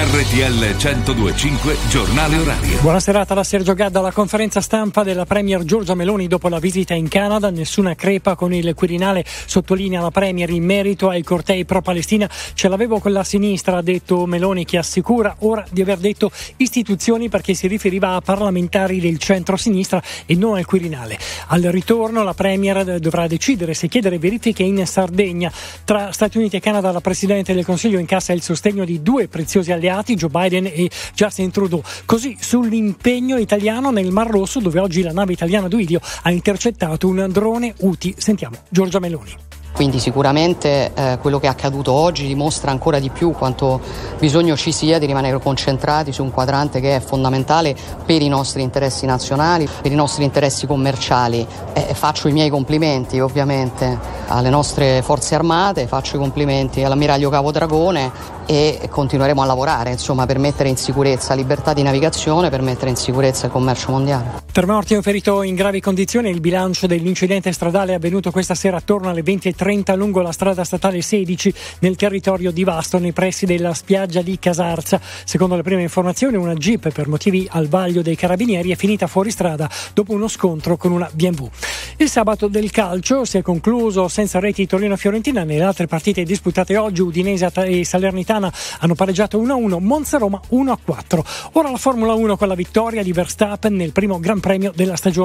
RTL 102.5 Giornale Orario. Buona serata da Sergio Gadda. La conferenza stampa della Premier Giorgia Meloni dopo la visita in Canada. Nessuna crepa con il Quirinale, sottolinea la Premier in merito ai cortei pro-Palestina. Ce l'avevo con la sinistra, ha detto Meloni, che assicura ora di aver detto istituzioni perché si riferiva a parlamentari del centro-sinistra e non al Quirinale. Al ritorno la Premier dovrà decidere se chiedere verifiche in Sardegna. Tra Stati Uniti e Canada la Presidente del Consiglio incassa il sostegno di due preziosi alleati, Joe Biden e Justin Trudeau. Così sull'impegno italiano nel Mar Rosso, dove oggi la nave italiana Duilio ha intercettato un drone Houthi. Sentiamo Giorgia Meloni. Quindi sicuramente quello che è accaduto oggi dimostra ancora di più quanto bisogno ci sia di rimanere concentrati su un quadrante che è fondamentale per i nostri interessi nazionali, per i nostri interessi commerciali. Faccio i miei complimenti ovviamente alle nostre forze armate, faccio i complimenti all'ammiraglio Cavo Dragone e continueremo a lavorare per mettere in sicurezza la libertà di navigazione, per mettere in sicurezza il commercio mondiale. 3 morti e un ferito in gravi condizioni. Il bilancio dell'incidente stradale è avvenuto questa sera attorno alle 20:30 lungo la strada statale 16 nel territorio di Vasto, nei pressi della spiaggia di Casarza. Secondo le prime informazioni, una Jeep per motivi al vaglio dei carabinieri è finita fuori strada dopo uno scontro con una BMW. Il sabato del calcio si è concluso senza reti Torino-Fiorentina. Nelle altre partite disputate oggi, Udinese e Salernitana hanno pareggiato 1-1, Monza-Roma 1-4. Ora la Formula 1 con la vittoria di Verstappen nel primo Gran Premio della stagione.